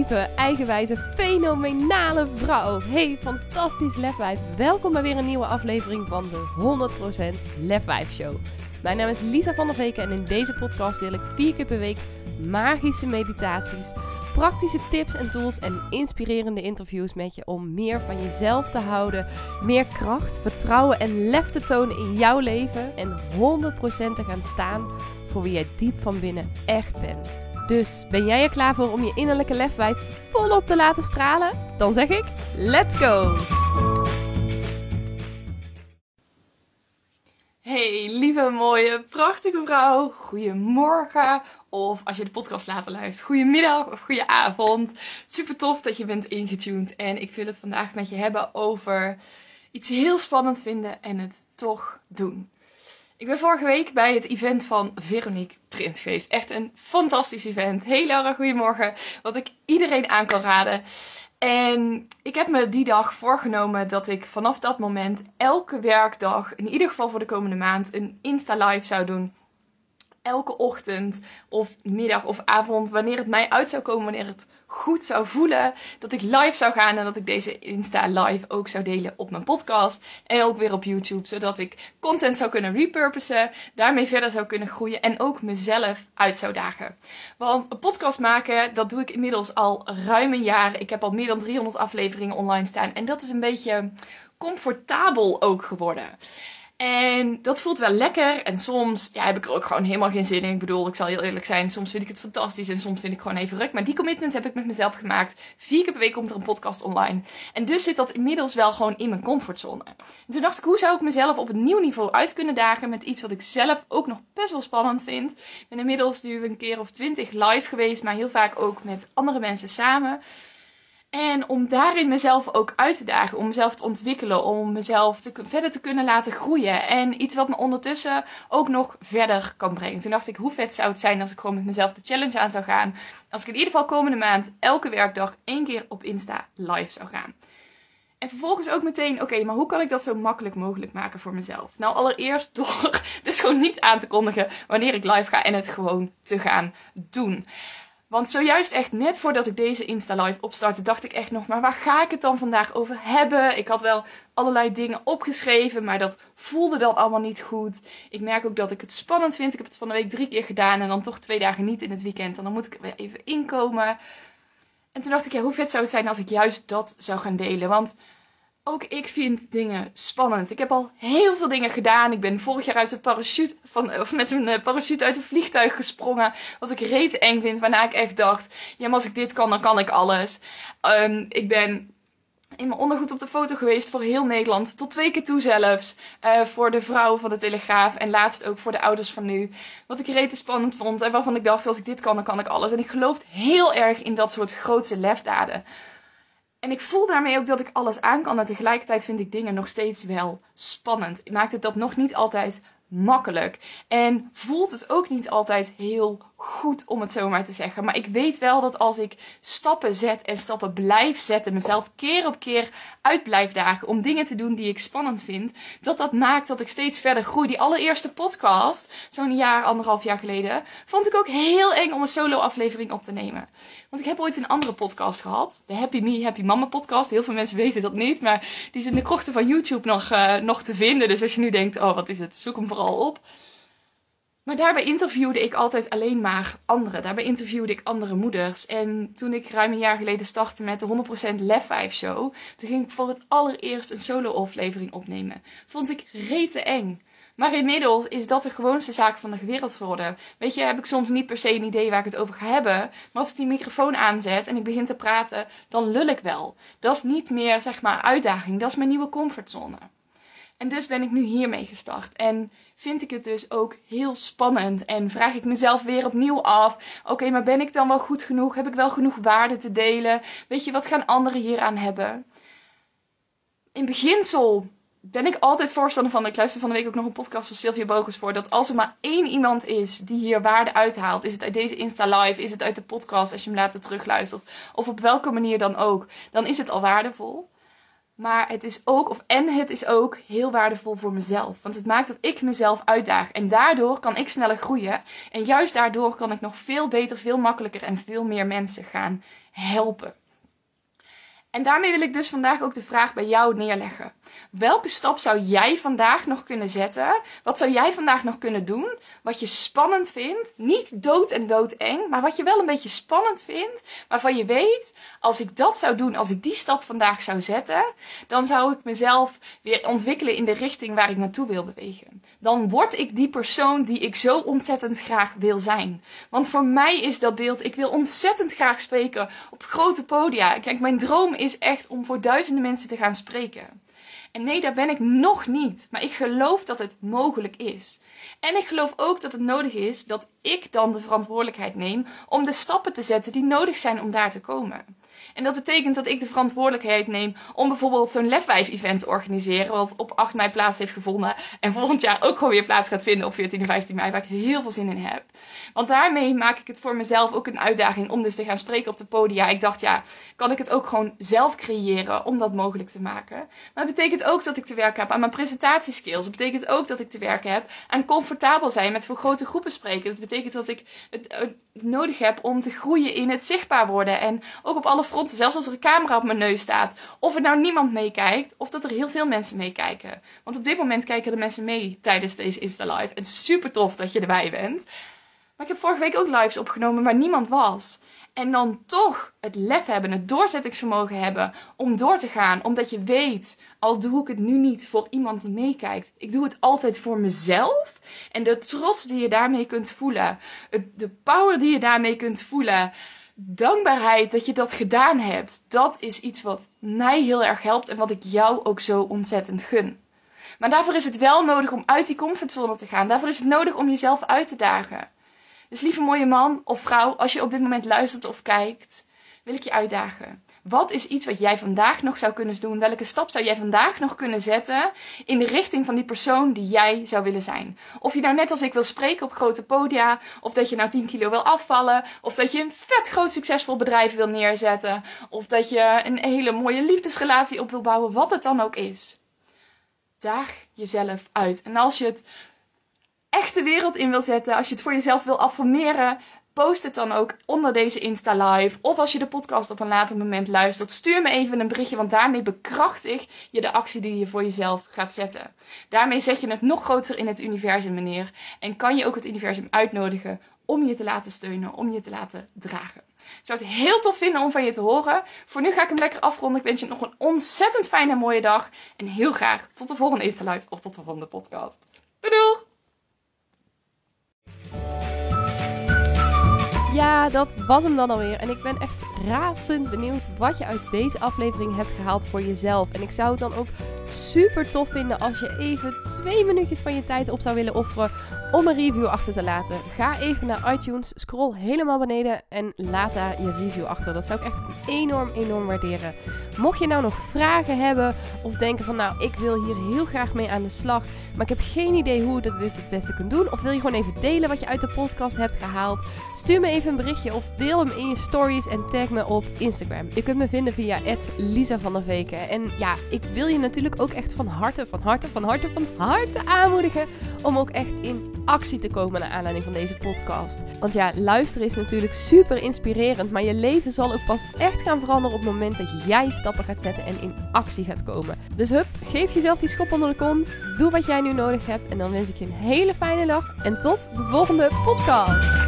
positieve, eigenwijze, fenomenale vrouw. Hey, fantastisch lefwijf. Welkom bij weer een nieuwe aflevering van de 100% Lefwijf Show. Mijn naam is Lisa van der Veken en in deze podcast deel ik 4 keer per week magische meditaties, praktische tips en tools en inspirerende interviews met je om meer van jezelf te houden, meer kracht, vertrouwen en lef te tonen in jouw leven en 100% te gaan staan voor wie jij diep van binnen echt bent. Dus ben jij er klaar voor om je innerlijke lefwijf volop te laten stralen? Dan zeg ik, let's go! Hey, lieve, mooie, prachtige vrouw. Goedemorgen. Of als je de podcast later luistert, goedemiddag of goedenavond. Super tof dat je bent ingetuned. En ik wil het vandaag met je hebben over iets heel spannend vinden en het toch doen. Ik ben vorige week bij het event van Veronique Prins geweest. Echt een fantastisch event. Hey Laura, goedemorgen. Wat ik iedereen aan kan raden. En ik heb me die dag voorgenomen dat ik vanaf dat moment elke werkdag, in ieder geval voor de komende maand, een Insta-live zou doen. Elke ochtend of middag of avond, wanneer het mij uit zou komen, wanneer het goed zou voelen, dat ik live zou gaan en dat ik deze Insta live ook zou delen op mijn podcast en ook weer op YouTube, zodat ik content zou kunnen repurposen, daarmee verder zou kunnen groeien en ook mezelf uit zou dagen. Want een podcast maken, dat doe ik inmiddels al ruim een jaar. Ik heb al meer dan 300 afleveringen online staan en dat is een beetje comfortabel ook geworden. En dat voelt wel lekker. En soms heb ik er ook gewoon helemaal geen zin in. Ik bedoel, ik zal heel eerlijk zijn. Soms vind ik het fantastisch en soms vind ik gewoon even ruk. Maar die commitment heb ik met mezelf gemaakt. 4 keer per week komt er een podcast online. En dus zit dat inmiddels wel gewoon in mijn comfortzone. En toen dacht ik, hoe zou ik mezelf op een nieuw niveau uit kunnen dagen met iets wat ik zelf ook nog best wel spannend vind. Ik ben inmiddels nu een keer of 20 live geweest. Maar heel vaak ook met andere mensen samen. En om daarin mezelf ook uit te dagen, om mezelf te ontwikkelen, om mezelf verder te kunnen laten groeien. En iets wat me ondertussen ook nog verder kan brengen. Toen dacht ik, hoe vet zou het zijn als ik gewoon met mezelf de challenge aan zou gaan. Als ik in ieder geval komende maand elke werkdag 1 keer op Insta live zou gaan. En vervolgens ook meteen, oké, maar hoe kan ik dat zo makkelijk mogelijk maken voor mezelf? Nou, allereerst door dus gewoon niet aan te kondigen wanneer ik live ga en het gewoon te gaan doen. Want zojuist echt net voordat ik deze Insta Live opstartte, dacht ik echt nog, maar waar ga ik het dan vandaag over hebben? Ik had wel allerlei dingen opgeschreven, maar dat voelde dan allemaal niet goed. Ik merk ook dat ik het spannend vind. Ik heb het van de week 3 keer gedaan en dan toch 2 dagen niet in het weekend. En dan moet ik er weer even inkomen. En toen dacht ik, hoe vet zou het zijn als ik juist dat zou gaan delen? Want ook ik vind dingen spannend. Ik heb al heel veel dingen gedaan. Ik ben vorig jaar uit de met een parachute uit een vliegtuig gesprongen. Wat ik rete eng vind. Waarna ik echt dacht, ja, maar als ik dit kan, dan kan ik alles. Ik ben in mijn ondergoed op de foto geweest voor heel Nederland. Tot 2 keer toe zelfs. Voor de vrouw van de Telegraaf. En laatst ook voor de ouders van nu. Wat ik rete spannend vond. En waarvan ik dacht, als ik dit kan, dan kan ik alles. En ik geloof heel erg in dat soort grootse lefdaden. En ik voel daarmee ook dat ik alles aan kan. En tegelijkertijd vind ik dingen nog steeds wel spannend. Maakt het dat nog niet altijd makkelijk. En voelt het ook niet altijd heel goed, om het zo maar te zeggen. Maar ik weet wel dat als ik stappen zet en stappen blijf zetten, mezelf keer op keer uit blijf dagen om dingen te doen die ik spannend vind, dat maakt dat ik steeds verder groei. Die allereerste podcast, zo'n jaar, 1,5 jaar geleden, vond ik ook heel eng om een solo aflevering op te nemen. Want ik heb ooit een andere podcast gehad. De Happy Me, Happy Mama podcast. Heel veel mensen weten dat niet. Maar die is in de krochten van YouTube nog te vinden. Dus als je nu denkt, oh wat is het, zoek hem vooral op. Maar daarbij interviewde ik altijd alleen maar anderen. Daarbij interviewde ik andere moeders. En toen ik ruim een jaar geleden startte met de 100% Lefwijf Show, toen ging ik voor het allereerst een solo aflevering opnemen. Vond ik rete eng. Maar inmiddels is dat de gewoonste zaak van de wereld geworden. Weet je, heb ik soms niet per se een idee waar ik het over ga hebben. Maar als ik die microfoon aanzet en ik begin te praten, dan lul ik wel. Dat is niet meer, zeg maar, uitdaging. Dat is mijn nieuwe comfortzone. En dus ben ik nu hiermee gestart. En vind ik het dus ook heel spannend. En vraag ik mezelf weer opnieuw af. Oké, maar ben ik dan wel goed genoeg? Heb ik wel genoeg waarde te delen? Weet je, wat gaan anderen hieraan hebben? In beginsel ben ik altijd voorstander van. Ik luister van de week ook nog een podcast van Sylvia Bogus voor. Dat als er maar 1 iemand is die hier waarde uithaalt. Is het uit deze Insta Live? Is het uit de podcast als je hem later terugluistert? Of op welke manier dan ook. Dan is het al waardevol. Maar het is ook heel waardevol voor mezelf. Want het maakt dat ik mezelf uitdaag. En daardoor kan ik sneller groeien. En juist daardoor kan ik nog veel beter, veel makkelijker en veel meer mensen gaan helpen. En daarmee wil ik dus vandaag ook de vraag bij jou neerleggen. Welke stap zou jij vandaag nog kunnen zetten? Wat zou jij vandaag nog kunnen doen? Wat je spannend vindt. Niet dood en doodeng, maar wat je wel een beetje spannend vindt. Waarvan je weet, als ik dat zou doen, als ik die stap vandaag zou zetten, dan zou ik mezelf weer ontwikkelen in de richting waar ik naartoe wil bewegen. Dan word ik die persoon die ik zo ontzettend graag wil zijn. Want voor mij is dat beeld, ik wil ontzettend graag spreken op grote podia. Kijk, mijn droom is echt om voor duizenden mensen te gaan spreken. En nee, daar ben ik nog niet. Maar ik geloof dat het mogelijk is. En ik geloof ook dat het nodig is dat ik dan de verantwoordelijkheid neem om de stappen te zetten die nodig zijn om daar te komen. En dat betekent dat ik de verantwoordelijkheid neem om bijvoorbeeld zo'n Lefwijf-event te organiseren, wat op 8 mei plaats heeft gevonden en volgend jaar ook gewoon weer plaats gaat vinden op 14 en 15 mei, waar ik heel veel zin in heb. Want daarmee maak ik het voor mezelf ook een uitdaging om dus te gaan spreken op de podia. Ik dacht, ja, kan ik het ook gewoon zelf creëren om dat mogelijk te maken? Maar dat betekent ook dat ik te werken heb aan mijn presentatieskills. Dat betekent ook dat ik te werken heb aan comfortabel zijn met voor grote groepen spreken. Dat betekent dat ik het nodig heb om te groeien in het zichtbaar worden. En ook op alle fronten, zelfs als er een camera op mijn neus staat. Of er nou niemand meekijkt, of dat er heel veel mensen meekijken. Want op dit moment kijken de mensen mee tijdens deze Insta Live. En super tof dat je erbij bent. Maar ik heb vorige week ook lives opgenomen waar niemand was. En dan toch het lef hebben, het doorzettingsvermogen hebben om door te gaan. Omdat je weet, al doe ik het nu niet voor iemand die meekijkt. Ik doe het altijd voor mezelf. En de trots die je daarmee kunt voelen. De power die je daarmee kunt voelen. Dankbaarheid dat je dat gedaan hebt. Dat is iets wat mij heel erg helpt en wat ik jou ook zo ontzettend gun. Maar daarvoor is het wel nodig om uit die comfortzone te gaan. Daarvoor is het nodig om jezelf uit te dagen. Dus lieve mooie man of vrouw, als je op dit moment luistert of kijkt, wil ik je uitdagen. Wat is iets wat jij vandaag nog zou kunnen doen? Welke stap zou jij vandaag nog kunnen zetten in de richting van die persoon die jij zou willen zijn? Of je nou net als ik wil spreken op grote podia, of dat je nou 10 kilo wil afvallen, of dat je een vet groot succesvol bedrijf wil neerzetten, of dat je een hele mooie liefdesrelatie op wil bouwen, wat het dan ook is. Daag jezelf uit. En als je het echt de wereld in wil zetten, als je het voor jezelf wil affirmeren, post het dan ook onder deze Insta Live. Of als je de podcast op een later moment luistert, stuur me even een berichtje, want daarmee bekrachtig je de actie die je voor jezelf gaat zetten. Daarmee zet je het nog groter in het universum neer. En kan je ook het universum uitnodigen om je te laten steunen, om je te laten dragen. Ik zou het heel tof vinden om van je te horen. Voor nu ga ik hem lekker afronden. Ik wens je nog een ontzettend fijne en mooie dag. En heel graag tot de volgende Insta Live of tot de volgende podcast. Doei doei! Ja, dat was hem dan alweer. En ik ben echt razend benieuwd wat je uit deze aflevering hebt gehaald voor jezelf. En ik zou het dan ook super tof vinden als je even 2 minuutjes van je tijd op zou willen offeren om een review achter te laten. Ga even naar iTunes, scroll helemaal beneden en laat daar je review achter. Dat zou ik echt enorm waarderen. Mocht je nou nog vragen hebben of denken van nou, ik wil hier heel graag mee aan de slag, maar ik heb geen idee hoe je dit het beste kunt doen. Of wil je gewoon even delen wat je uit de podcast hebt gehaald? Stuur me even een berichtje of deel hem in je stories en tag me op Instagram. Je kunt me vinden via @LisaVanderVeken. En ja, ik wil je natuurlijk ook echt van harte aanmoedigen om ook echt in actie te komen naar aanleiding van deze podcast. Want ja, luisteren is natuurlijk super inspirerend, maar je leven zal ook pas echt gaan veranderen op het moment dat jij stappen gaat zetten en in actie gaat komen. Dus hup, geef jezelf die schop onder de kont, doe wat jij nu nodig hebt en dan wens ik je een hele fijne dag en tot de volgende podcast.